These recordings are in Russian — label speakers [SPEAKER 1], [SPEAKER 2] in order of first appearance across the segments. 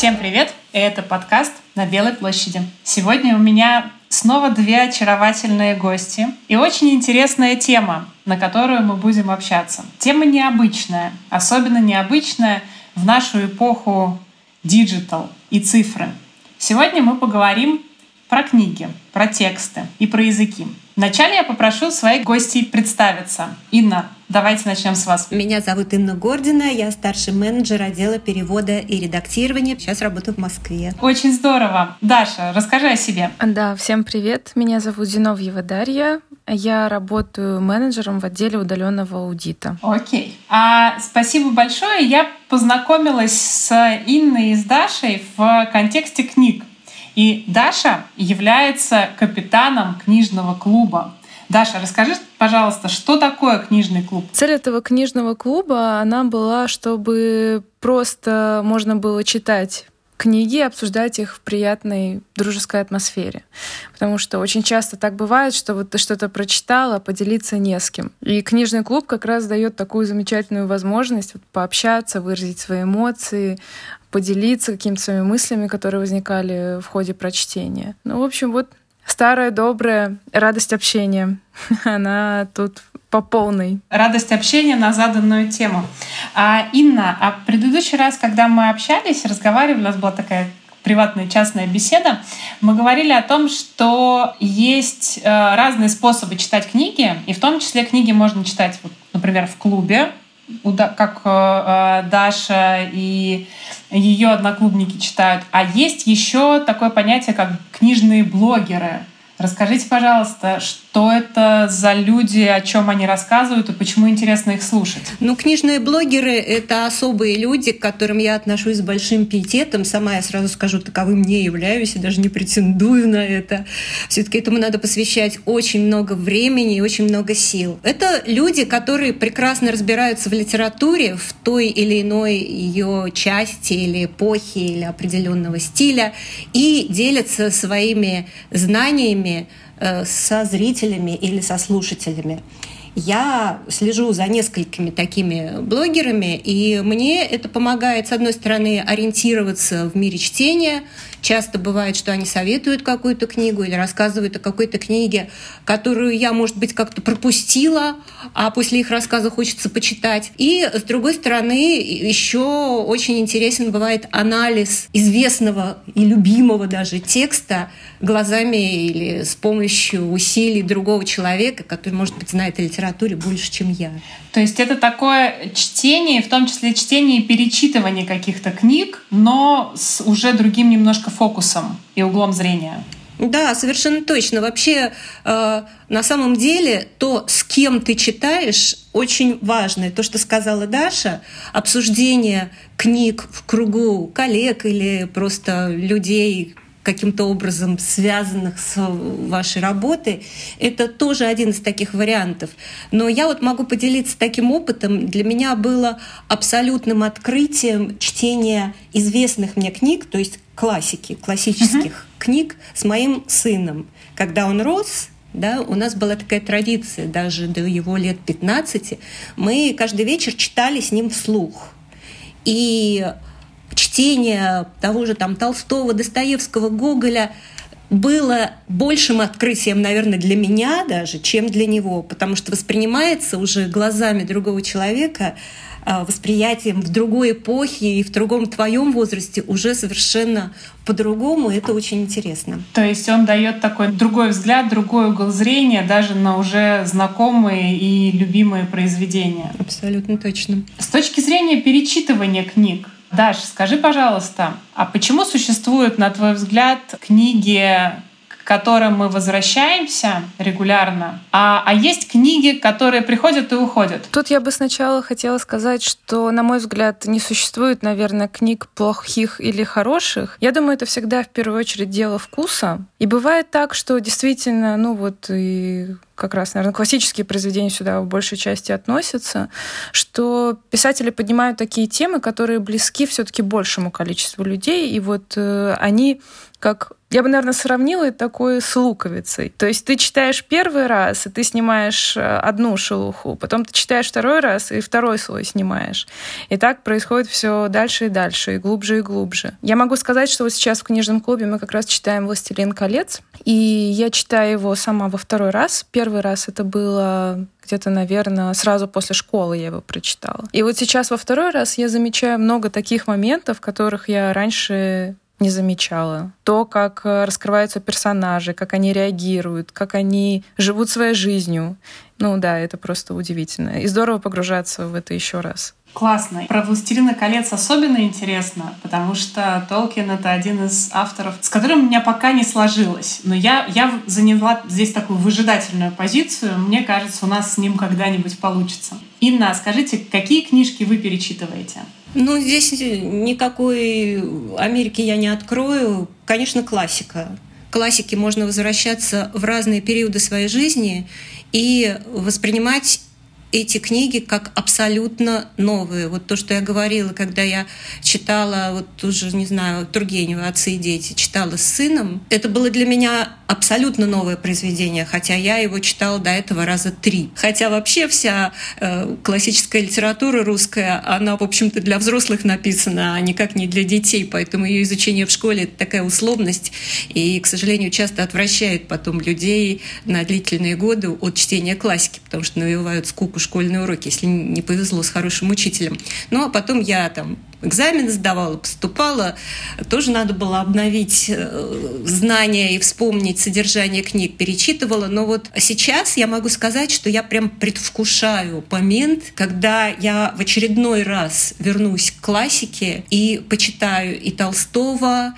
[SPEAKER 1] Всем привет! Это подкаст «На Белой площади». Сегодня у меня снова две очаровательные гости и очень интересная тема, на которую мы будем общаться. Тема необычная, особенно необычная в нашу эпоху диджитал и цифры. Сегодня мы поговорим про книги, про тексты и про языки. Вначале я попрошу своих гостей представиться. Инна, давайте начнем с вас.
[SPEAKER 2] Меня зовут Инна Гордина, я старший менеджер отдела перевода и редактирования. Сейчас работаю в Москве.
[SPEAKER 1] Очень здорово. Даша, расскажи о себе.
[SPEAKER 3] Да, всем привет. Меня зовут Зиновьева Дарья. Я работаю менеджером в отделе удаленного аудита.
[SPEAKER 1] Окей. Спасибо большое. Я познакомилась с Инной и с Дашей в контексте книг. И Даша является капитаном книжного клуба. Даша, расскажи, пожалуйста, что такое книжный клуб?
[SPEAKER 3] Цель этого книжного клуба, она была, чтобы просто можно было читать книги, обсуждать их в приятной дружеской атмосфере. Потому что очень часто так бывает, что вот ты что-то прочитала, поделиться не с кем. И книжный клуб как раз дает такую замечательную возможность пообщаться, выразить свои эмоции, поделиться какими-то своими мыслями, которые возникали в ходе прочтения. Ну, в общем, вот старая добрая радость общения. Она тут по полной.
[SPEAKER 1] Радость общения на заданную тему. Инна, в предыдущий раз, когда мы общались, разговаривали, у нас была такая приватная частная беседа, мы говорили о том, что есть разные способы читать книги, и в том числе книги можно читать, например, в клубе, как Даша и ее одноклубники читают. А есть еще такое понятие, как книжные блогеры. Расскажите, пожалуйста, что это за люди, о чем они рассказывают и почему интересно их слушать?
[SPEAKER 2] Книжные блогеры — это особые люди, к которым я отношусь с большим пиететом. Сама я сразу скажу, таковым не являюсь и даже не претендую на это. Все-таки этому надо посвящать очень много времени и очень много сил. Это люди, которые прекрасно разбираются в литературе, в той или иной ее части или эпохи или определенного стиля и делятся своими знаниями со зрителями или со слушателями. Я слежу за несколькими такими блогерами, и мне это помогает, с одной стороны, ориентироваться в мире чтения. Часто бывает, что они советуют какую-то книгу или рассказывают о какой-то книге, которую я, может быть, как-то пропустила, а после их рассказа хочется почитать. И, с другой стороны, еще очень интересен бывает анализ известного и любимого даже текста глазами или с помощью усилий другого человека, который, может быть, знает о литературе больше, чем я.
[SPEAKER 1] То есть это такое чтение, в том числе чтение и перечитывание каких-то книг, но с уже другим немножко фокусом и углом зрения.
[SPEAKER 2] Да, совершенно точно. Вообще, на самом деле, то, с кем ты читаешь, очень важно. То, что сказала Даша, обсуждение книг в кругу коллег или просто людей, каким-то образом связанных с вашей работой, это тоже один из таких вариантов. Но я могу поделиться таким опытом. Для меня было абсолютным открытием чтение известных мне книг, то есть классических книг с моим сыном. Когда он рос, у нас была такая традиция, даже до его лет 15, мы каждый вечер читали с ним вслух. И чтение того же Толстого, Достоевского, Гоголя было большим открытием, наверное, для меня даже, чем для него, потому что воспринимается уже глазами другого человека, восприятием в другой эпохе и в другом твоем возрасте уже совершенно по-другому. Это очень интересно.
[SPEAKER 1] То есть он дает такой другой взгляд, другой угол зрения даже на уже знакомые и любимые произведения.
[SPEAKER 2] Абсолютно точно.
[SPEAKER 1] С точки зрения перечитывания книг, Даш, скажи, пожалуйста, а почему существуют, на твой взгляд, книги, к которым мы возвращаемся регулярно, а есть книги, которые приходят и уходят?
[SPEAKER 3] Тут я бы сначала хотела сказать, что, на мой взгляд, не существует, наверное, книг плохих или хороших. Я думаю, это всегда в первую очередь дело вкуса. И бывает так, что действительно, и как раз, наверное, классические произведения сюда в большей части относятся, что писатели поднимают такие темы, которые близки все-таки большему количеству людей, и они как Я бы, наверное, сравнила это такое с луковицей. То есть ты читаешь первый раз, и ты снимаешь одну шелуху, потом ты читаешь второй раз, и второй слой снимаешь. И так происходит все дальше и дальше, и глубже и глубже. Я могу сказать, что вот сейчас в книжном клубе мы как раз читаем «Властелин колец», и я читаю его сама во второй раз. Первый раз это было где-то, наверное, сразу после школы я его прочитала. И вот сейчас во второй раз я замечаю много таких моментов, которых я раньше не замечала. То, как раскрываются персонажи, как они реагируют, как они живут своей жизнью. Ну да, это просто удивительно. И здорово погружаться в это еще раз.
[SPEAKER 1] Классно. Про «Властелина колец» особенно интересно, потому что Толкин — это один из авторов, с которым у меня пока не сложилось. Но я заняла здесь такую выжидательную позицию. Мне кажется, у нас с ним когда-нибудь получится. Инна, скажите, какие книжки вы перечитываете?
[SPEAKER 2] Ну, здесь никакой Америки я не открою. Конечно, классика. К классике можно возвращаться в разные периоды своей жизни и воспринимать эти книги как абсолютно новые. Вот то, что я говорила, когда я читала, вот уже, не знаю, Тургенева «Отцы и дети», читала с сыном, это было для меня абсолютно новое произведение, хотя я его читала до этого раза 3. Хотя вообще вся классическая литература русская, она, в общем-то, для взрослых написана, а никак не для детей, поэтому ее изучение в школе — это такая условность, и, к сожалению, часто отвращает потом людей на длительные годы от чтения классики, потому что навевают скуку школьные уроки, если не повезло с хорошим учителем. Ну, а потом я там экзамены сдавала, поступала, тоже надо было обновить знания и вспомнить содержание книг, перечитывала. Но вот сейчас я могу сказать, что я прям предвкушаю момент, когда я в очередной раз вернусь к классике и почитаю и Толстого,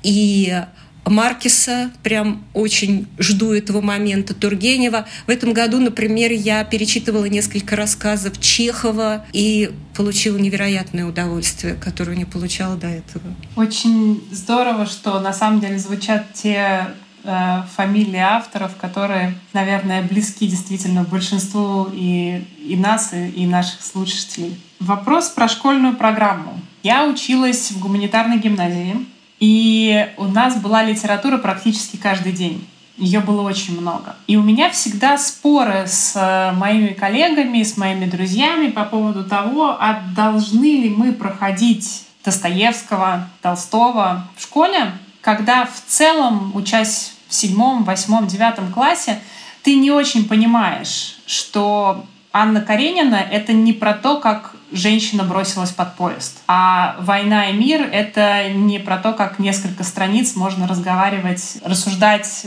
[SPEAKER 2] и Маркеса, прям очень жду этого момента, Тургенева. В этом году, например, я перечитывала несколько рассказов Чехова и получила невероятное удовольствие, которое не получала до этого.
[SPEAKER 1] Очень здорово, что на самом деле звучат те фамилии авторов, которые, наверное, близки действительно большинству и нас, и наших слушателей. Вопрос про школьную программу. Я училась в гуманитарной гимназии, и у нас была литература практически каждый день. Ее было очень много. И у меня всегда споры с моими коллегами, с моими друзьями по поводу того, а должны ли мы проходить Достоевского, Толстого в школе, когда в целом, учась в 7, 8, 9 классе, ты не очень понимаешь, что Анна Каренина — это не про то, как женщина бросилась под поезд. А «Война и мир» — это не про то, как несколько страниц можно разговаривать, рассуждать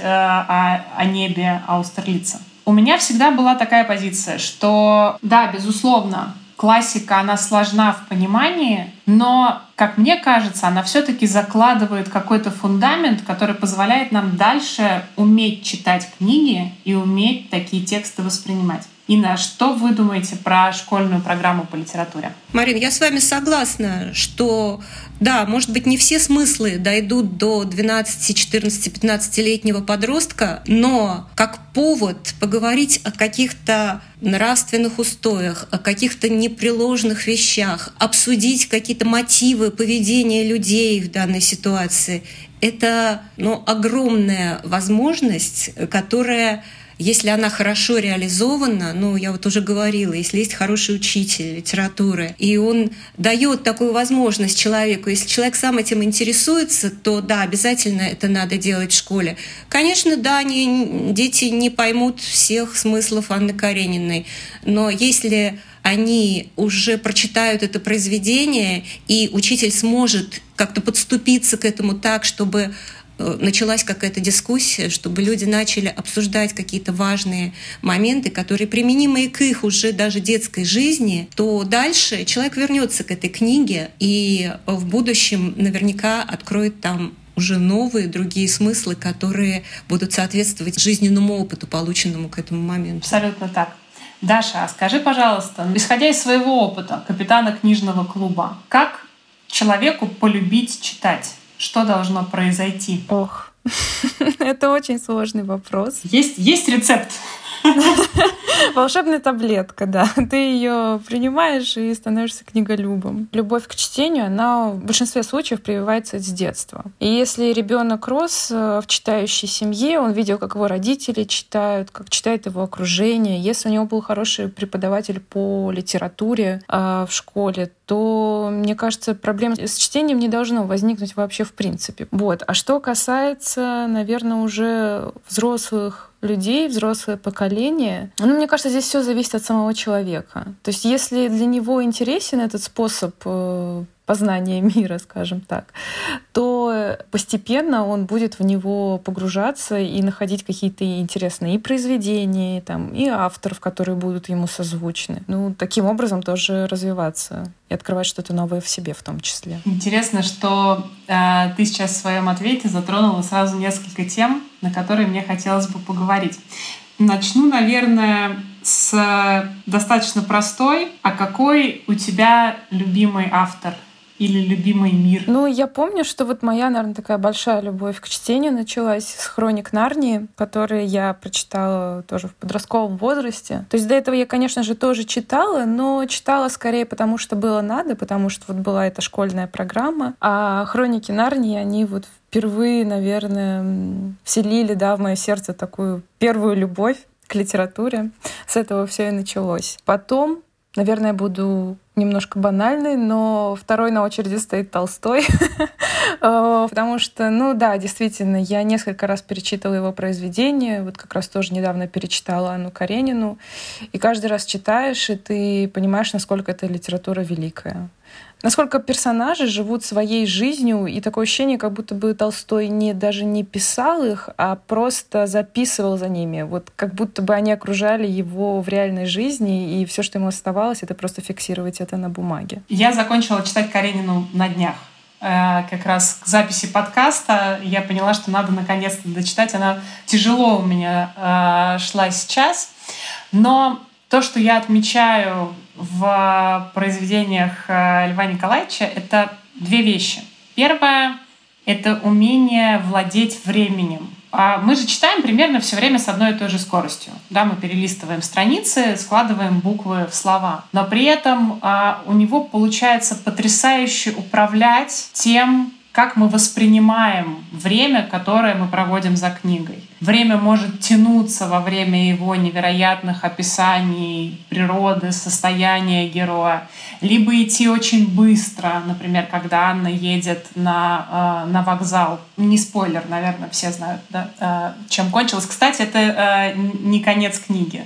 [SPEAKER 1] о небе Аустерлица. У меня всегда была такая позиция, что, да, безусловно, классика, она сложна в понимании, но, как мне кажется, она все-таки закладывает какой-то фундамент, который позволяет нам дальше уметь читать книги и уметь такие тексты воспринимать. Инна, что вы думаете про школьную программу по литературе?
[SPEAKER 2] Марин, я с вами согласна, что, да, может быть, не все смыслы дойдут до 12, 14, 15-летнего подростка, но как повод поговорить о каких-то нравственных устоях, о каких-то непреложных вещах, обсудить какие-то мотивы поведения людей в данной ситуации, это огромная возможность, которая, если она хорошо реализована, я вот уже говорила, если есть хороший учитель литературы, и он дает такую возможность человеку, если человек сам этим интересуется, то да, обязательно это надо делать в школе. Конечно, да, дети не поймут всех смыслов Анны Карениной, но если они уже прочитают это произведение, и учитель сможет как-то подступиться к этому так, чтобы началась какая-то дискуссия, чтобы люди начали обсуждать какие-то важные моменты, которые применимы и к их уже даже детской жизни, то дальше человек вернется к этой книге и в будущем наверняка откроет там уже новые, другие смыслы, которые будут соответствовать жизненному опыту, полученному к этому моменту.
[SPEAKER 1] Абсолютно так. Даша, а скажи, пожалуйста, исходя из своего опыта капитана книжного клуба, как человеку полюбить читать? Что должно произойти?
[SPEAKER 3] Это очень сложный вопрос.
[SPEAKER 1] Есть рецепт?
[SPEAKER 3] Волшебная таблетка, да. Ты ее принимаешь и становишься книголюбом. Любовь к чтению, она в большинстве случаев прививается с детства. И если ребенок рос в читающей семье, он видел, как его родители читают, как читает его окружение. Если у него был хороший преподаватель по литературе в школе, то, мне кажется, проблем с чтением не должно возникнуть вообще в принципе. Вот. А что касается, наверное, уже взрослых людей, взрослое поколение, мне кажется, здесь все зависит от самого человека. То есть если для него интересен этот способ познания мира, скажем так, то постепенно он будет в него погружаться и находить какие-то интересные и произведения, и авторов, которые будут ему созвучны. Таким образом тоже развиваться и открывать что-то новое в себе в том числе.
[SPEAKER 1] Интересно, что ты сейчас в своем ответе затронула сразу несколько тем, на которые мне хотелось бы поговорить. Начну, наверное, с достаточно простой. А какой у тебя любимый автор или любимый мир?
[SPEAKER 3] Я помню, что моя, наверное, такая большая любовь к чтению началась с «Хроник Нарнии», которые я прочитала тоже в подростковом возрасте. То есть до этого я, конечно же, тоже читала, но читала скорее потому, что было надо, потому что была эта школьная программа. А «Хроники Нарнии», они впервые, наверное, вселили, в мое сердце такую первую любовь к литературе. С этого все и началось. Потом, наверное, буду немножко банальный, но второй на очереди стоит Толстой, потому что, действительно, я несколько раз перечитывала его произведения, как раз тоже недавно перечитала Анну Каренину, и каждый раз читаешь, и ты понимаешь, насколько эта литература великая. Насколько персонажи живут своей жизнью, и такое ощущение, как будто бы Толстой даже не писал их, а просто записывал за ними. Как будто бы они окружали его в реальной жизни, и все, что ему оставалось, это просто фиксировать это на бумаге.
[SPEAKER 1] Я закончила читать Каренину на днях. Как раз к записи подкаста я поняла, что надо наконец-то дочитать. Она тяжело у меня шла сейчас, но то, что я отмечаю в произведениях Льва Николаевича, это две вещи. Первое — это умение владеть временем. Мы же читаем примерно все время с одной и той же скоростью. Мы перелистываем страницы, складываем буквы в слова. Но при этом у него получается потрясающе управлять тем, как мы воспринимаем время, которое мы проводим за книгой. Время может тянуться во время его невероятных описаний природы, состояния героя, либо идти очень быстро, например, когда Анна едет на вокзал. Не спойлер, наверное, все знают, чем кончилось. Кстати, это не конец книги.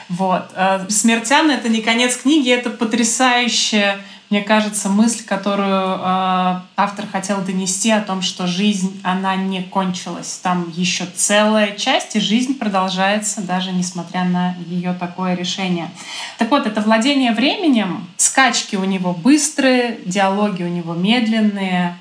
[SPEAKER 1] «Смерть Анны» — это не конец книги, это потрясающая, мне кажется, мысль, которую автор хотел донести о том, что жизнь, она не кончилась. Там еще целая часть, и жизнь продолжается, даже несмотря на ее такое решение. Так вот, это владение временем, скачки у него быстрые, диалоги у него медленные,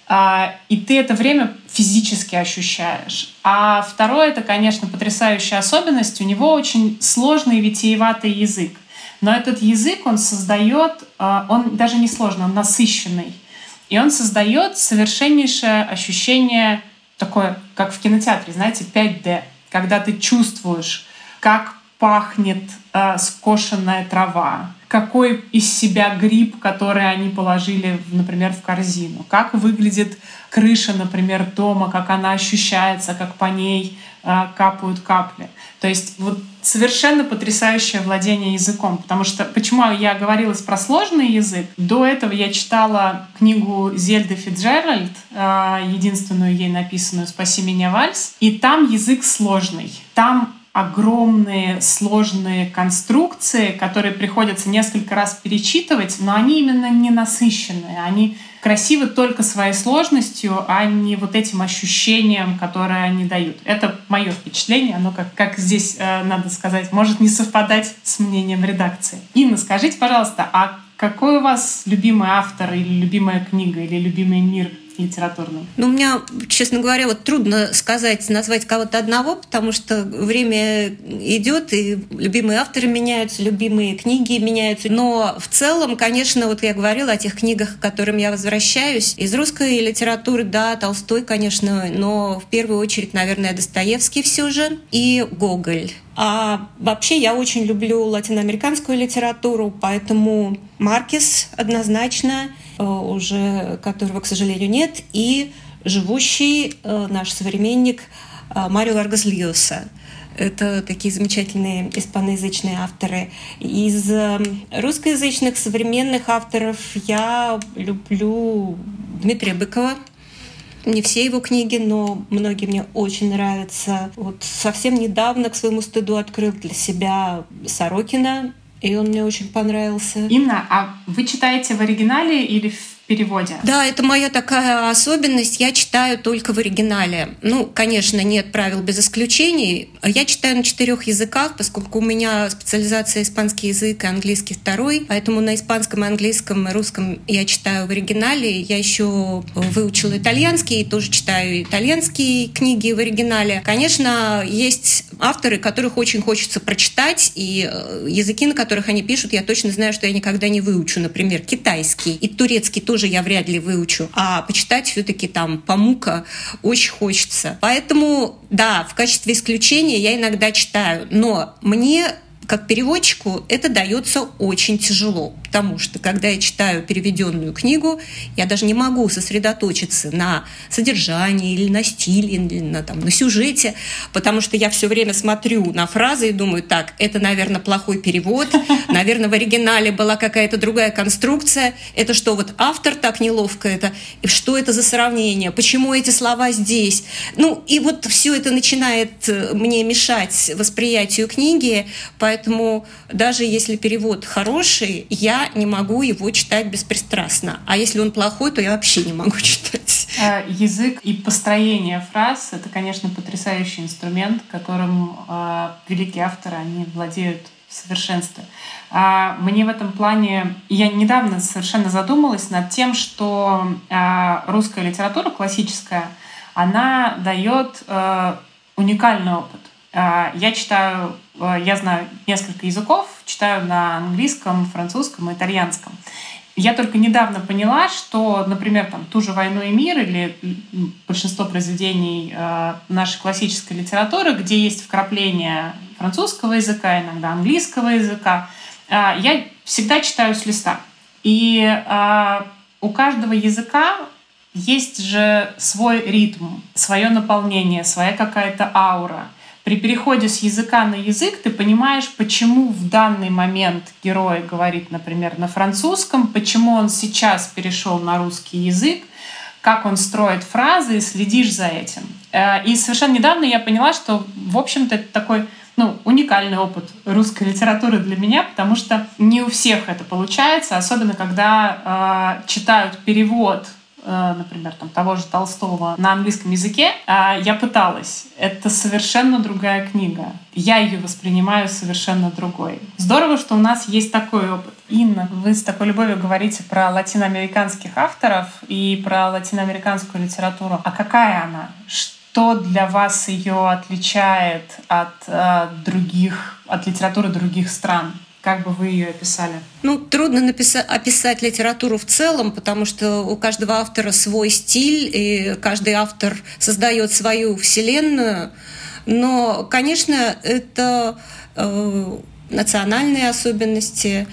[SPEAKER 1] и ты это время физически ощущаешь. А второе, это, конечно, потрясающая особенность, у него очень сложный витиеватый язык. Но этот язык он создает, он даже не сложный, он насыщенный. И он создает совершеннейшее ощущение, такое, как в кинотеатре, знаете, 5D, когда ты чувствуешь, как пахнет скошенная трава, какой из себя гриб, который они положили, например, в корзину, как выглядит крыша, например, дома, как она ощущается, как по ней капают капли. То есть совершенно потрясающее владение языком. Потому что, почему я говорила про сложный язык, до этого я читала книгу Зельды Фицджеральд, единственную ей написанную «Спаси меня, вальс», и там язык сложный. Там огромные сложные конструкции, которые приходится несколько раз перечитывать, но они именно не насыщенные. Они красивы только своей сложностью, а не этим ощущением, которое они дают. Это мое впечатление, оно, как здесь надо сказать, может не совпадать с мнением редакции. Инна, скажите, пожалуйста, а какой у вас любимый автор или любимая книга или любимый мир литературный?
[SPEAKER 2] Ну, у меня, честно говоря, вот трудно назвать кого-то одного, потому что время идет, и любимые авторы меняются, любимые книги меняются. Но в целом, конечно, вот я говорила о тех книгах, к которым я возвращаюсь. Из русской литературы, да, Толстой, конечно, но в первую очередь, наверное, Достоевский все же и Гоголь. А вообще я очень люблю латиноамериканскую литературу, поэтому Маркес однозначно, уже которого, к сожалению, нет, и живущий наш современник Марио Варгас Льоса. Это такие замечательные испаноязычные авторы. Из русскоязычных современных авторов я люблю Дмитрия Быкова. Не все его книги, но многие мне очень нравятся. Вот совсем недавно, к своему стыду, открыл для себя Сорокина, и он мне очень понравился.
[SPEAKER 1] Инна, а вы читаете в оригинале или в переводе?
[SPEAKER 2] Да, это моя такая особенность. Я читаю только в оригинале. Ну, конечно, нет правил без исключений. Я читаю на 4 языках, поскольку у меня специализация испанский язык и английский второй. Поэтому на испанском, английском и русском я читаю в оригинале. Я еще выучила итальянский и тоже читаю итальянские книги в оригинале. Конечно, есть авторы, которых очень хочется прочитать, и языки, на которых они пишут, я точно знаю, что я никогда не выучу. Например, китайский и турецкий тоже я вряд ли выучу, а почитать все-таки там Памука очень хочется. Поэтому, да, в качестве исключения я иногда читаю, но мне, как переводчику, это дается очень тяжело, потому что, когда я читаю переведенную книгу, я даже не могу сосредоточиться на содержании или на стиле, или на сюжете, потому что я все время смотрю на фразы и думаю, так, это, наверное, плохой перевод, наверное, в оригинале была какая-то другая конструкция, это что, вот автор так неловко это, и что это за сравнение, почему эти слова здесь? Ну, и вот все это начинает мне мешать восприятию книги, поэтому даже если перевод хороший, я не могу его читать беспристрастно. А если он плохой, то я вообще не могу читать.
[SPEAKER 1] Язык и построение фраз — это, конечно, потрясающий инструмент, которым великие авторы, они владеют в совершенстве. Мне в этом плане... Я недавно совершенно задумалась над тем, что русская литература классическая, она дает уникальный опыт. Я знаю несколько языков, читаю на английском, французском и итальянском. Я только недавно поняла, что, например, ту же «Войну и мир» или большинство произведений нашей классической литературы, где есть вкрапления французского языка, иногда английского языка, я всегда читаю с листа. И у каждого языка есть же свой ритм, свое наполнение, своя какая-то аура. При переходе с языка на язык ты понимаешь, почему в данный момент герой говорит, например, на французском, почему он сейчас перешел на русский язык, как он строит фразы, и следишь за этим. И совершенно недавно я поняла, что, в общем-то, это такой уникальный опыт русской литературы для меня, потому что не у всех это получается, особенно когда читают перевод, например, того же Толстого на английском языке. Я пыталась. Это совершенно другая книга. Я ее воспринимаю совершенно другой. Здорово, что у нас есть такой опыт. Инна, вы с такой любовью говорите про латиноамериканских авторов и про латиноамериканскую литературу. А какая она? Что для вас ее отличает от литературы других стран? Как бы вы ее описали?
[SPEAKER 2] Трудно описать литературу в целом, потому что у каждого автора свой стиль, и каждый автор создает свою вселенную. Но, конечно, это национальные особенности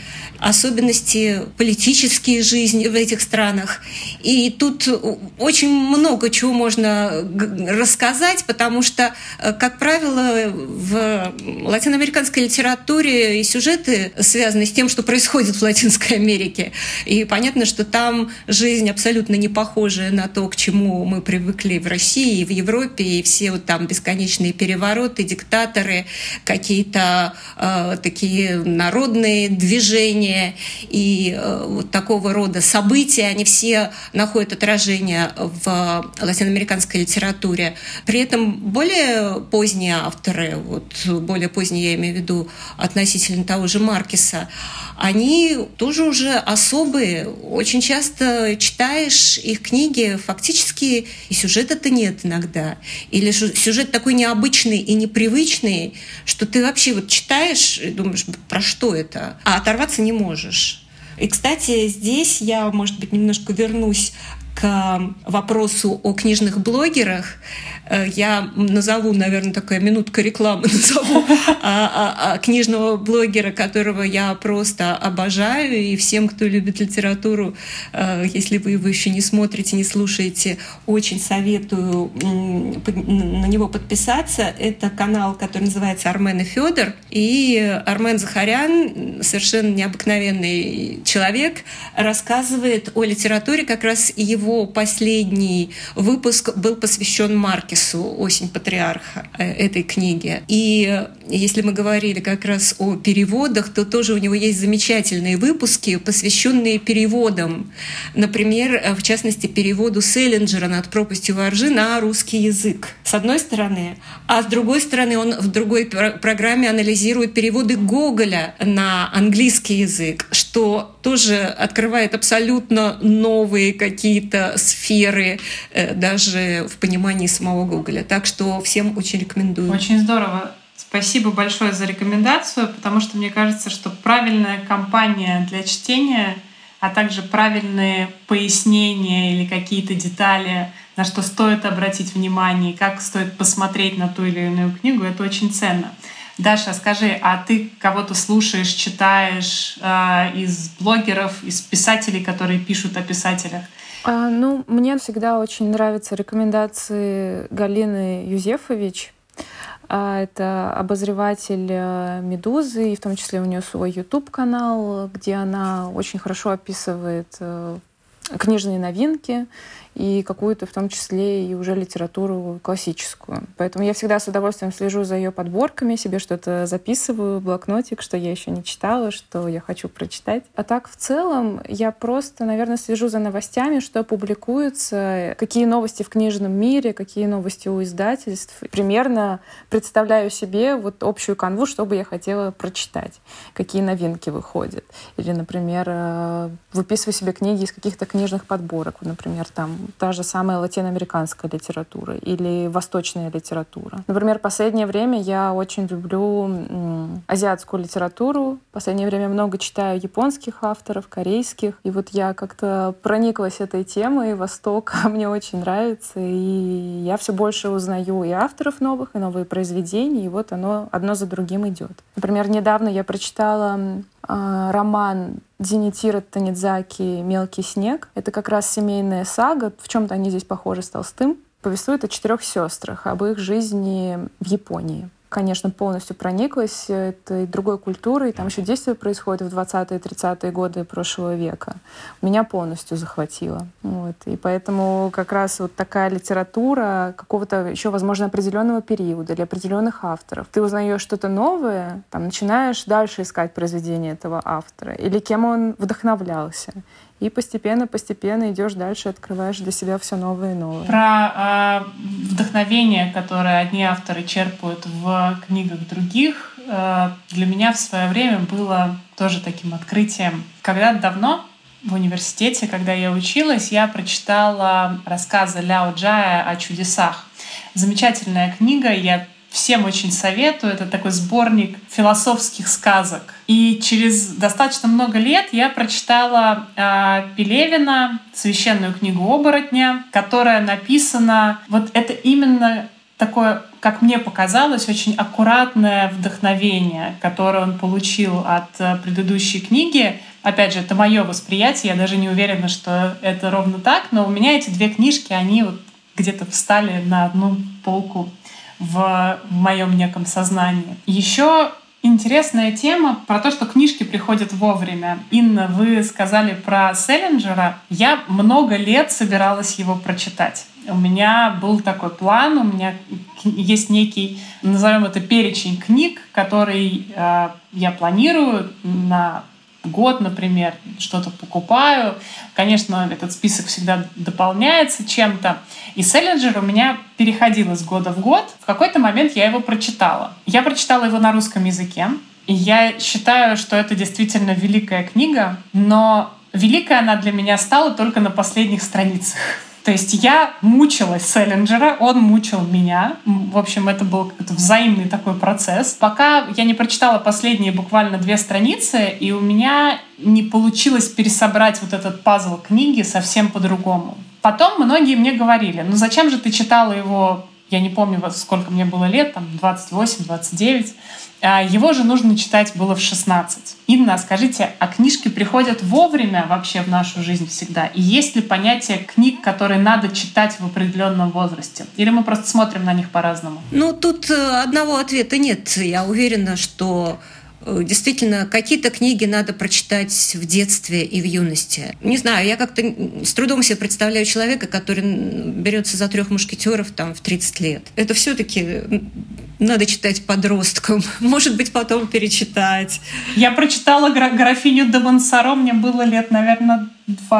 [SPEAKER 2] политические жизни в этих странах. И тут очень много чего можно рассказать, потому что, как правило, в латиноамериканской литературе и сюжеты связаны с тем, что происходит в Латинской Америке. И понятно, что там жизнь абсолютно не похожая на то, к чему мы привыкли в России и в Европе, и все там бесконечные перевороты, диктаторы, какие-то такие народные движения и вот такого рода события, они все находят отражение в латиноамериканской литературе. При этом более поздние авторы, вот более поздние я имею в виду относительно того же Маркеса, они тоже уже особые. Очень часто читаешь их книги, фактически и сюжета-то нет иногда. Или сюжет такой необычный и непривычный, что ты вообще вот читаешь и думаешь, про что это? А оторваться не можешь. И, кстати, здесь я, может быть, немножко вернусь к вопросу о книжных блогерах. Я назову, наверное, такая минутка рекламы, назову книжного блогера, которого я просто обожаю, и всем, кто любит литературу, если вы его еще не смотрите, не слушаете, очень советую на него подписаться. Это канал, который называется «Армен и Федор», и Армен Захарян, совершенно необыкновенный человек, рассказывает о литературе. Как раз его последний выпуск был посвящен Маркесу, «Осень патриарха», этой книги. И если мы говорили как раз о переводах, то тоже у него есть замечательные выпуски, посвященные переводам. Например, в частности, переводу Селлинджера «Над пропастью во ржи» на русский язык, с одной стороны. А с другой стороны, он в другой программе анализирует переводы Гоголя на английский язык, что тоже открывает абсолютно новые какие-то сферы даже в понимании самого Гоголя. Так что всем очень рекомендую.
[SPEAKER 1] Очень здорово. Спасибо большое за рекомендацию, потому что мне кажется, что правильная компания для чтения, а также правильные пояснения или какие-то детали, на что стоит обратить внимание, как стоит посмотреть на ту или иную книгу, это очень ценно. Даша, скажи, а ты кого-то слушаешь, читаешь из блогеров, из писателей, которые пишут о писателях?
[SPEAKER 3] Мне всегда очень нравятся рекомендации Галины Юзефович. Это обозреватель «Медузы», и в том числе у нее свой YouTube-канал, где она очень хорошо описывает книжные новинки и какую-то, в том числе, и уже литературу классическую. Поэтому я всегда с удовольствием слежу за ее подборками, себе что-то записываю в блокнотик, что я еще не читала, что я хочу прочитать. А так, в целом, я просто, наверное, слежу за новостями, что публикуется, какие новости в книжном мире, какие новости у издательств. Примерно представляю себе вот общую канву, что бы я хотела прочитать, какие новинки выходят. Или, например, выписываю себе книги из каких-то книжных подборок. Например, там та же самая латиноамериканская литература или восточная литература. Например, в последнее время я очень люблю азиатскую литературу. В последнее время много читаю японских авторов, корейских. И вот я как-то прониклась этой темой. Восток мне очень нравится. И я все больше узнаю и авторов новых, и новые произведения. И вот оно одно за другим идет. Например, недавно я прочитала роман Дзинитиро Танидзаки «Мелкий снег». Это как раз семейная сага. В чем-то они здесь похожи с Толстым. Повествует о 4 сестрах, об их жизни в Японии. Конечно, полностью прониклась этой другой культурой. Там еще действие происходит в 20-е, 30-е годы прошлого века. Меня полностью захватило. Вот. И поэтому как раз вот такая литература какого-то еще, возможно, определенного периода или определенных авторов. Ты узнаешь что-то новое, там, начинаешь дальше искать произведение этого автора или кем он вдохновлялся. И постепенно идешь дальше, открываешь для себя все новое и новое.
[SPEAKER 1] Про вдохновение, которое одни авторы черпают в книгах других, для меня в свое время было тоже таким открытием. Когда-то давно в университете, когда я училась, я прочитала рассказы Ляо Джая о чудесах. Замечательная книга, я всем очень советую. Это такой сборник философских сказок. И через достаточно много лет я прочитала Пелевина, священную книгу оборотня, которая написана... Вот это именно такое, как мне показалось, очень аккуратное вдохновение, которое он получил от предыдущей книги. Опять же, это мое восприятие, я даже не уверена, что это ровно так, но у меня эти 2 книжки, они вот где-то встали на одну полку в моем неком сознании. Еще интересная тема про то, что книжки приходят вовремя. Инна, вы сказали про Селлинджера. Я много лет собиралась его прочитать. у меня был такой план, у меня есть некий, назовем это, перечень книг, который я планирую на год, например, что-то покупаю. Конечно, этот список всегда дополняется чем-то. И Селлинджер у меня переходил из года в год. В какой-то момент я его прочитала. Я прочитала его на русском языке. И я считаю, что это действительно великая книга, но великая она для меня стала только на последних страницах. То есть я мучилась Селлинджера, он мучил меня. В общем, это был какой-то взаимный такой процесс. Пока я не прочитала последние буквально 2 страницы, и у меня не получилось пересобрать вот этот пазл книги совсем по-другому. Потом многие мне говорили, ну зачем же ты читала его, я не помню, сколько мне было лет, там 28, 29. Его же нужно читать было в 16. Инна, скажите, а книжки приходят вовремя вообще в нашу жизнь всегда? И есть ли понятие книг, которые надо читать в определенном возрасте? Или мы просто смотрим на них по-разному?
[SPEAKER 2] Ну, тут одного ответа нет. Я уверена, что действительно, какие-то книги надо прочитать в детстве и в юности. Не знаю, я как-то с трудом себе представляю человека, который берется за 3 мушкетеров там, в 30 лет. Это все-таки надо читать подросткам. Может быть, потом перечитать.
[SPEAKER 1] Я прочитала «Графиню де Монсоро», мне было лет, наверное,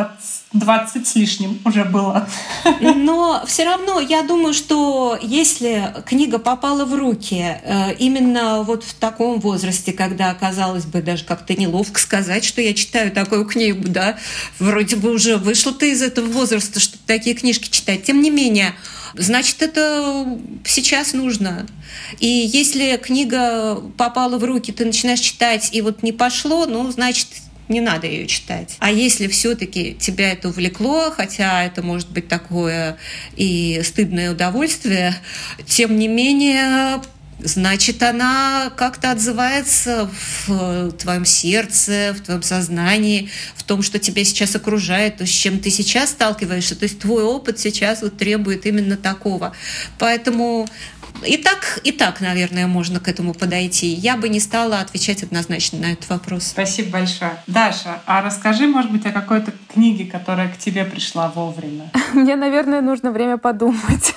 [SPEAKER 1] 20 с лишним уже было.
[SPEAKER 2] Но все равно я думаю, что если книга попала в руки именно вот в таком возрасте, когда, казалось бы, даже как-то неловко сказать, что я читаю такую книгу, да, вроде бы уже вышла ты из этого возраста, чтобы такие книжки читать. Тем не менее, значит, это сейчас нужно. И если книга попала в руки, ты начинаешь читать, и вот не пошло, ну, значит, не надо ее читать. А если все-таки тебя это увлекло, хотя это может быть такое и стыдное удовольствие, тем не менее, значит, она как-то отзывается в твоем сердце, в твоем сознании, в том, что тебя сейчас окружает, то, с чем ты сейчас сталкиваешься. То есть твой опыт сейчас вот требует именно такого. Поэтому и так, наверное, можно к этому подойти. Я бы не стала отвечать однозначно на этот вопрос.
[SPEAKER 1] Спасибо большое. Даша, а расскажи, может быть, о какой-то книге, которая к тебе пришла вовремя.
[SPEAKER 3] Мне, наверное, нужно время подумать.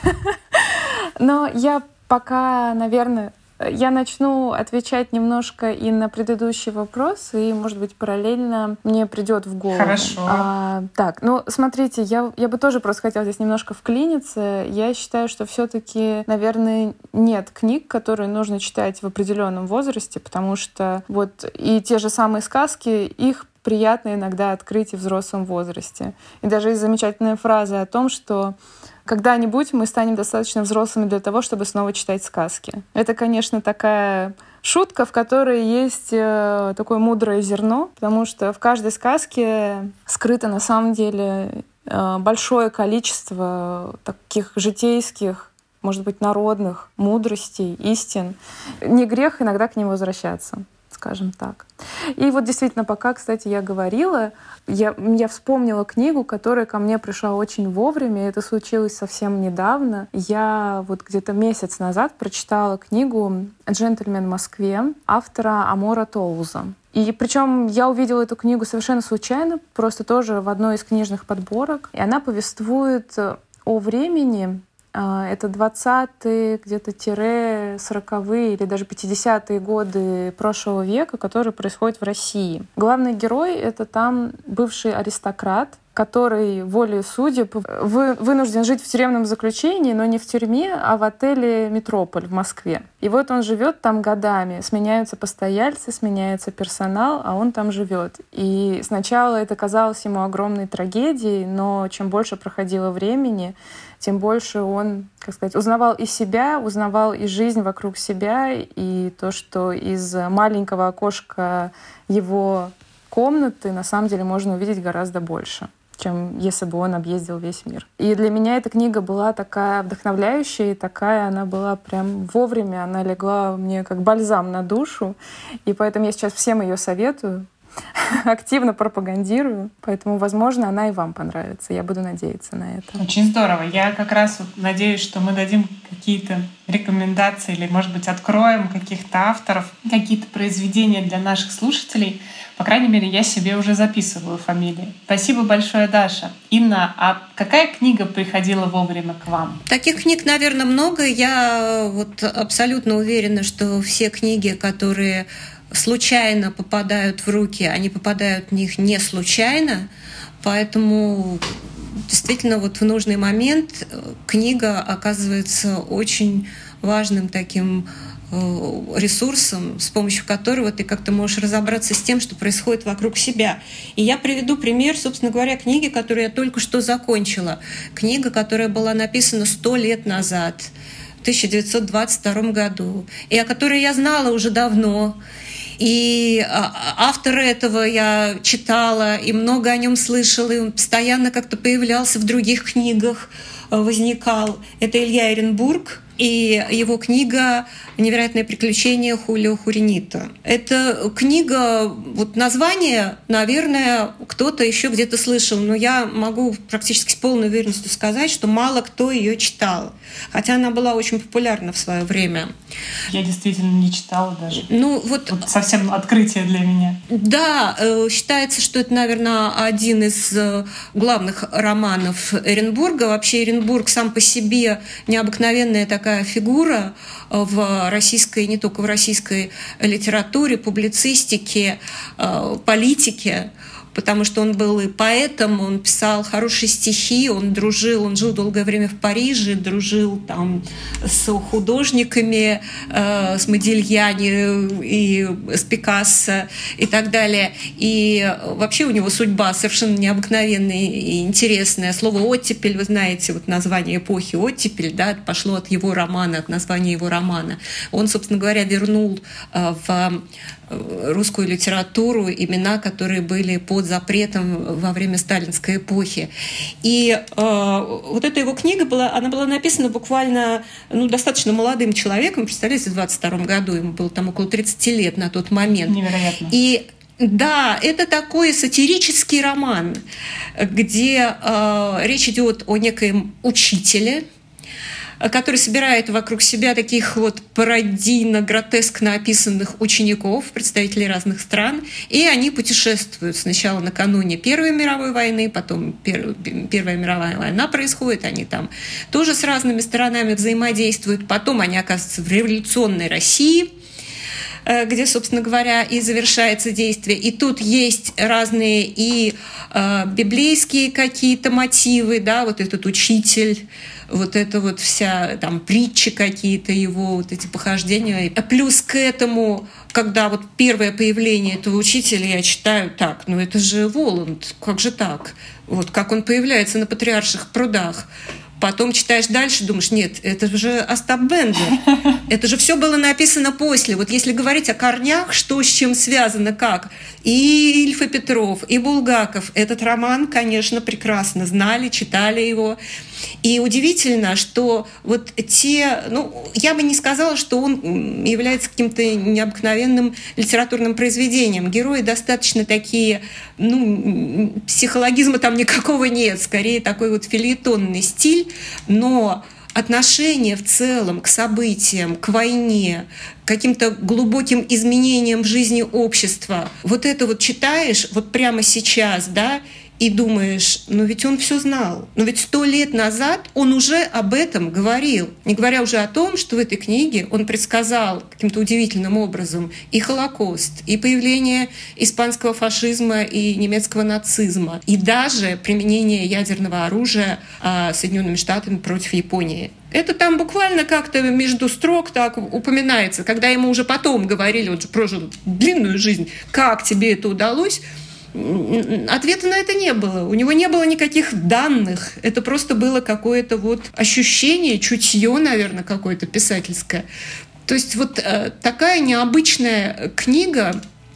[SPEAKER 3] Но я пока, наверное, я начну отвечать немножко и на предыдущий вопрос, и, может быть, параллельно мне придет в голову.
[SPEAKER 1] Хорошо.
[SPEAKER 3] Так, ну, смотрите, я бы тоже просто хотела здесь немножко вклиниться. Я считаю, что все-таки, наверное, нет книг, которые нужно читать в определенном возрасте, потому что вот и те же самые сказки, их приятно иногда открыть и в взрослом возрасте. И даже есть замечательная фраза о том, что когда-нибудь мы станем достаточно взрослыми для того, чтобы снова читать сказки. Это, конечно, такая шутка, в которой есть такое мудрое зерно, потому что в каждой сказке скрыто на самом деле большое количество таких житейских, может быть, народных мудростей, истин. Не грех иногда к ним возвращаться, скажем так. И вот действительно, пока, кстати, я говорила, я вспомнила книгу, которая ко мне пришла очень вовремя. Это случилось совсем недавно. Я вот где-то месяц назад прочитала книгу «Джентльмен в Москве» автора Амора Тоуза. И причем я увидела эту книгу совершенно случайно, просто тоже в одной из книжных подборок. И она повествует о времени, это 20-е, где-то 40-е или даже 50-е годы прошлого века, которые происходят в России. Главный герой — это там бывший аристократ, который волей судеб вынужден жить в тюремном заключении, но не в тюрьме, а в отеле «Метрополь» в Москве. И вот он живет там годами. Сменяются постояльцы, сменяется персонал, а он там живет. И сначала это казалось ему огромной трагедией, но чем больше проходило времени, тем больше он, как сказать, узнавал и себя, узнавал и жизнь вокруг себя, и то, что из маленького окошка его комнаты на самом деле можно увидеть гораздо больше, чем если бы он объездил весь мир. И для меня эта книга была такая вдохновляющая, и такая она была прям вовремя, она легла мне как бальзам на душу, и поэтому я сейчас всем ее советую. активно пропагандирую, поэтому, возможно, она и вам понравится. Я буду надеяться на это.
[SPEAKER 1] Очень здорово. Я как раз надеюсь, что мы дадим какие-то рекомендации или, может быть, откроем каких-то авторов, какие-то произведения для наших слушателей. По крайней мере, я себе уже записываю фамилии. Спасибо большое, Даша. Инна, а какая книга приходила вовремя к вам?
[SPEAKER 2] Таких книг, наверное, много. Я вот абсолютно уверена, что все книги, которые случайно попадают в руки, они попадают в них не случайно. Поэтому действительно вот в нужный момент книга оказывается очень важным таким ресурсом, с помощью которого ты как-то можешь разобраться с тем, что происходит вокруг себя. И я приведу пример, собственно говоря, книги, которую я только что закончила. Книга, которая была написана 100 лет назад, в 1922 году, и о которой я знала уже давно. И автора этого я читала, и много о нем слышала, и он постоянно как-то появлялся в других книгах, возникал. Это Илья Эренбург и его книга «Невероятное приключение Хулио Хуринита». Это книга, вот название, наверное, кто-то еще где-то слышал, но я могу практически с полной уверенностью сказать, что мало кто ее читал, хотя она была очень популярна в свое время.
[SPEAKER 1] Я действительно не читала даже.
[SPEAKER 2] Ну, вот
[SPEAKER 1] совсем открытие для меня.
[SPEAKER 2] Да, считается, что это, наверное, один из главных романов Эренбурга. Вообще Эренбург сам по себе необыкновенная такая фигура в российской, не только в российской литературе, публицистике, политике, потому что он был и поэтом, он писал хорошие стихи, он жил долгое время в Париже, дружил там с художниками, с Модильяни и с Пикассо и так далее. И вообще у него судьба совершенно необыкновенная и интересная. Слово «оттепель», вы знаете, вот название эпохи «оттепель», да, пошло от его романа, от названия его романа. Он, собственно говоря, вернул в русскую литературу имена, которые были под запретом во время сталинской эпохи. И вот эта его книга она была написана буквально достаточно молодым человеком, представляете, в 22 году, ему было там около 30 лет на тот момент.
[SPEAKER 1] Невероятно.
[SPEAKER 2] И да, это такой сатирический роман, где речь идет о некоем учителе, который собирает вокруг себя таких вот пародийно, гротескно описанных учеников, представителей разных стран, и они путешествуют сначала накануне Первой мировой войны, потом Первая мировая война происходит, они там тоже с разными сторонами взаимодействуют, потом они оказываются в революционной России, где, собственно говоря, и завершается действие. И тут есть разные и библейские какие-то мотивы, да, вот этот учитель, вот это вот вся там притчи какие-то его, вот эти похождения. Плюс к этому, когда вот первое появление этого учителя, я читаю так, это же Воланд, как же так? Вот как он появляется на Патриарших прудах. Потом читаешь дальше, думаешь, нет, это же Остап Бендер. Это же все было написано после. Вот если говорить о корнях, что с чем связано, как. И Ильф и Петров, и Булгаков. Этот роман, конечно, прекрасно знали, читали его. И удивительно, что вот я бы не сказала, что он является каким-то необыкновенным литературным произведением. Герои достаточно такие, психологизма там никакого нет, скорее такой вот фельетонный стиль, но отношение в целом к событиям, к войне, к каким-то глубоким изменениям в жизни общества, вот это вот читаешь вот прямо сейчас, да, и думаешь, ведь он все знал. Но ведь 100 лет назад он уже об этом говорил. Не говоря уже о том, что в этой книге он предсказал каким-то удивительным образом и Холокост, и появление испанского фашизма и немецкого нацизма, и даже применение ядерного оружия Соединенными Штатами против Японии. Это там буквально как-то между строк так упоминается. Когда ему уже потом говорили, он же прожил длинную жизнь, как тебе это удалось, ответа на это не было. У него не было никаких данных. Это просто было какое-то вот ощущение, чутье, наверное, какое-то писательское. То есть вот такая необычная книга,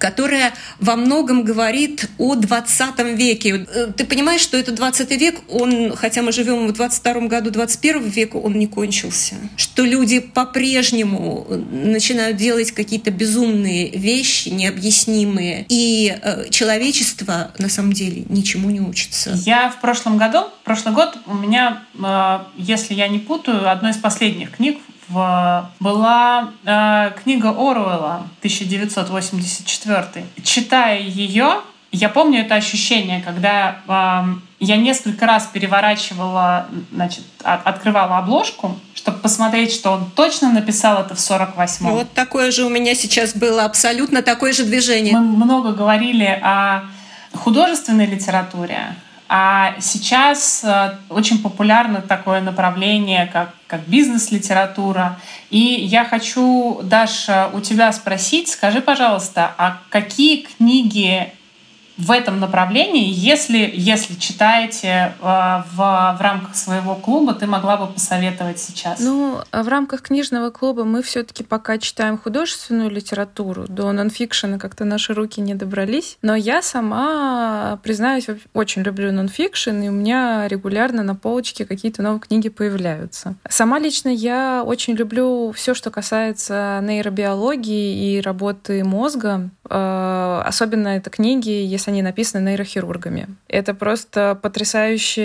[SPEAKER 2] которая во многом говорит о 20 веке. Ты понимаешь, что это 20 век, хотя мы живем в 22 году 21 века, он не кончился. Что люди по-прежнему начинают делать какие-то безумные вещи, необъяснимые. И человечество, на самом деле, ничему не учится.
[SPEAKER 1] Я прошлый год у меня, если я не путаю, одной из последних книг была книга Оруэлла 1984. Читая ее, я помню это ощущение, когда я несколько раз переворачивала, открывала обложку, чтобы посмотреть, что он точно написал это в 48-м.
[SPEAKER 2] Вот такое же у меня сейчас было, абсолютно такое же движение.
[SPEAKER 1] Мы много говорили о художественной литературе, а сейчас очень популярно такое направление, как бизнес-литература. И я хочу, Даша, у тебя спросить, скажи, пожалуйста, а какие книги в этом направлении, если читаете в рамках своего клуба, ты могла бы посоветовать сейчас?
[SPEAKER 3] В рамках книжного клуба мы все-таки пока читаем художественную литературу. До нонфикшена как-то наши руки не добрались. Но я сама, признаюсь, очень люблю нонфикшн, и у меня регулярно на полочке какие-то новые книги появляются. Сама лично я очень люблю все, что касается нейробиологии и работы мозга. Особенно это книги, если они написаны нейрохирургами. Это просто потрясающе.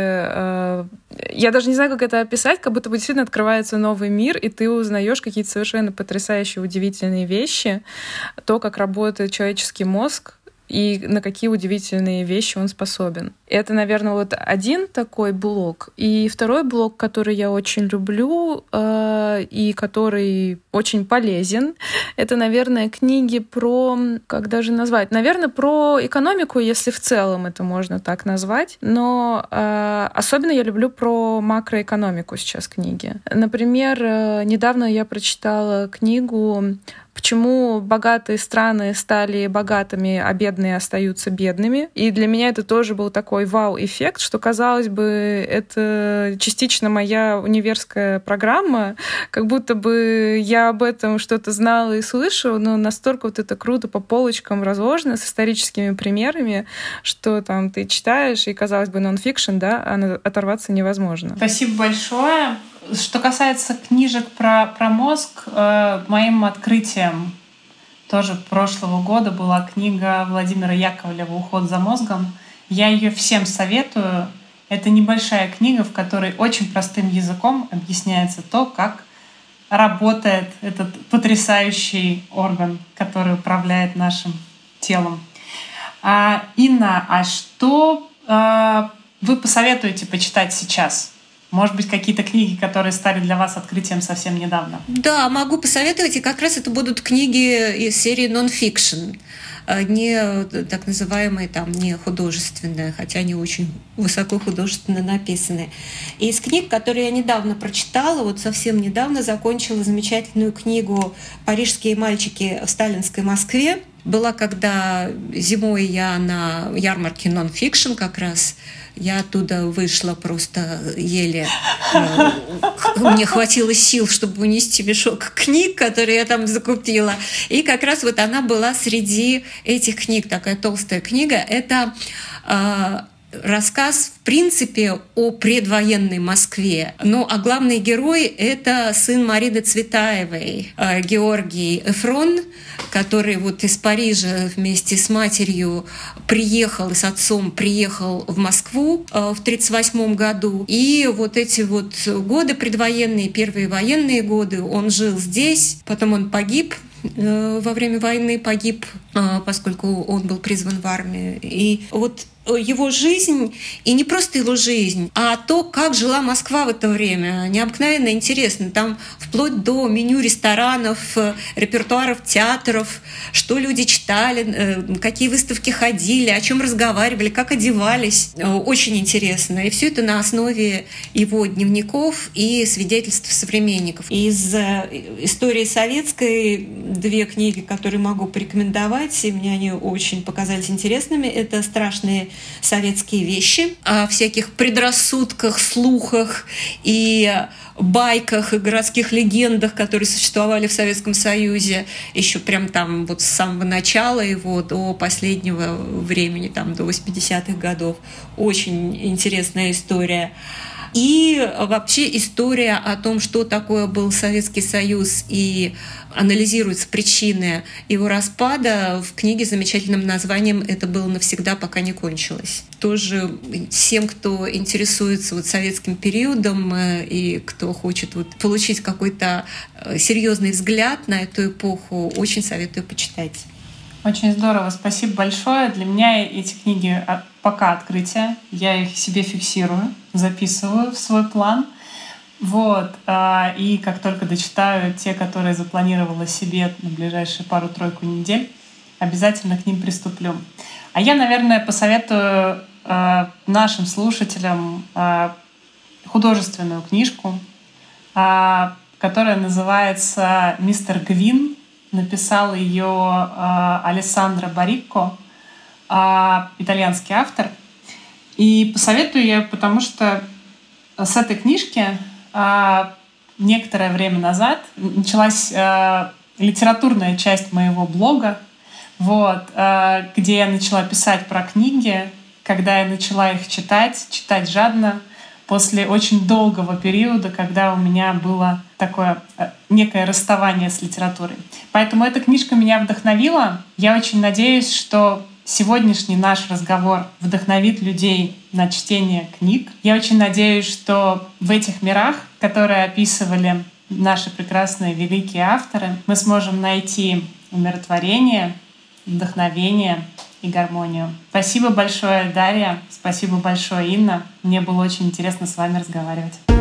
[SPEAKER 3] Я даже не знаю, как это описать, как будто бы действительно открывается новый мир, и ты узнаешь какие-то совершенно потрясающие, удивительные вещи. То, как работает человеческий мозг, и на какие удивительные вещи он способен. Это, наверное, вот один такой блок. И второй блок, который я очень люблю и который очень полезен, это, наверное, книги про... Как даже назвать? Наверное, про экономику, если в целом это можно так назвать. Но особенно я люблю про макроэкономику сейчас книги. Например, недавно я прочитала книгу «Почему богатые страны стали богатыми, а бедные остаются бедными». И для меня это тоже был такой вау-эффект, что, казалось бы, это частично моя универская программа, как будто бы я об этом что-то знала и слышала, но настолько вот это круто по полочкам разложено с историческими примерами, что там ты читаешь, и, казалось бы, нонфикшн, да, а оторваться невозможно.
[SPEAKER 1] Спасибо большое. Что касается книжек про мозг, моим открытием тоже прошлого года была книга Владимира Яковлева «Уход за мозгом». Я ее всем советую. Это небольшая книга, в которой очень простым языком объясняется то, как работает этот потрясающий орган, который управляет нашим телом. Инна, а что вы посоветуете почитать сейчас? Может быть, какие-то книги, которые стали для вас открытием совсем недавно?
[SPEAKER 2] Да, могу посоветовать, и как раз это будут книги из серии нон-фикшн, не так называемые, не художественные, хотя они очень высоко художественно написаны. И из книг, которые я недавно прочитала, вот совсем недавно закончила замечательную книгу «Парижские мальчики в сталинской Москве». Была, когда зимой я на ярмарке нон-фикшн как раз, я оттуда вышла просто еле. Мне хватило сил, чтобы унести мешок книг, которые я там закупила. И как раз вот она была среди этих книг, такая толстая книга. Это рассказ, в принципе, о предвоенной Москве. А главный герой — это сын Марины Цветаевой, Георгий Эфрон, который вот из Парижа вместе с матерью приехал и с отцом приехал в Москву в 1938 году. И вот эти вот годы предвоенные, первые военные годы, он жил здесь, потом он погиб. Во время войны погиб, поскольку он был призван в армию. И вот его жизнь, и не просто его жизнь, а то, как жила Москва в это время, необыкновенно интересно. Там вплоть до меню ресторанов, репертуаров театров, что люди читали, какие выставки ходили, о чем разговаривали, как одевались. Очень интересно. И все это на основе его дневников и свидетельств современников. Из истории советской две книги, которые могу порекомендовать. почитать, и мне они очень показались интересными. Это страшные советские вещи о всяких предрассудках, слухах и байках и городских легендах, которые существовали в Советском Союзе еще прям там вот с самого начала его до последнего времени, там до 80-х годов. Очень интересная история. И вообще история о том, что такое был Советский Союз, и анализируются причины его распада в книге с замечательным названием «Это было навсегда, пока не кончилось». Тоже всем, кто интересуется вот советским периодом и кто хочет вот получить какой-то серьезный взгляд на эту эпоху, очень советую почитать.
[SPEAKER 1] Очень здорово, спасибо большое. Для меня эти книги пока открытие. Я их себе фиксирую, записываю в свой план. Вот. И как только дочитаю те, которые запланировала себе на ближайшие пару-тройку недель, обязательно к ним приступлю. А я, наверное, посоветую нашим слушателям художественную книжку, которая называется «Мистер Гвин». Написал ее Алессандро Барикко, итальянский автор. И посоветую я, потому что с этой книжки некоторое время назад началась литературная часть моего блога, вот, где я начала писать про книги, когда я начала их читать жадно, после очень долгого периода, когда у меня было такое некое расставание с литературой. Поэтому эта книжка меня вдохновила. Я очень надеюсь, что сегодняшний наш разговор вдохновит людей на чтение книг. Я очень надеюсь, что в этих мирах, которые описывали наши прекрасные великие авторы, мы сможем найти умиротворение, вдохновение и гармонию. Спасибо большое, Дарья. Спасибо большое, Инна. Мне было очень интересно с вами разговаривать.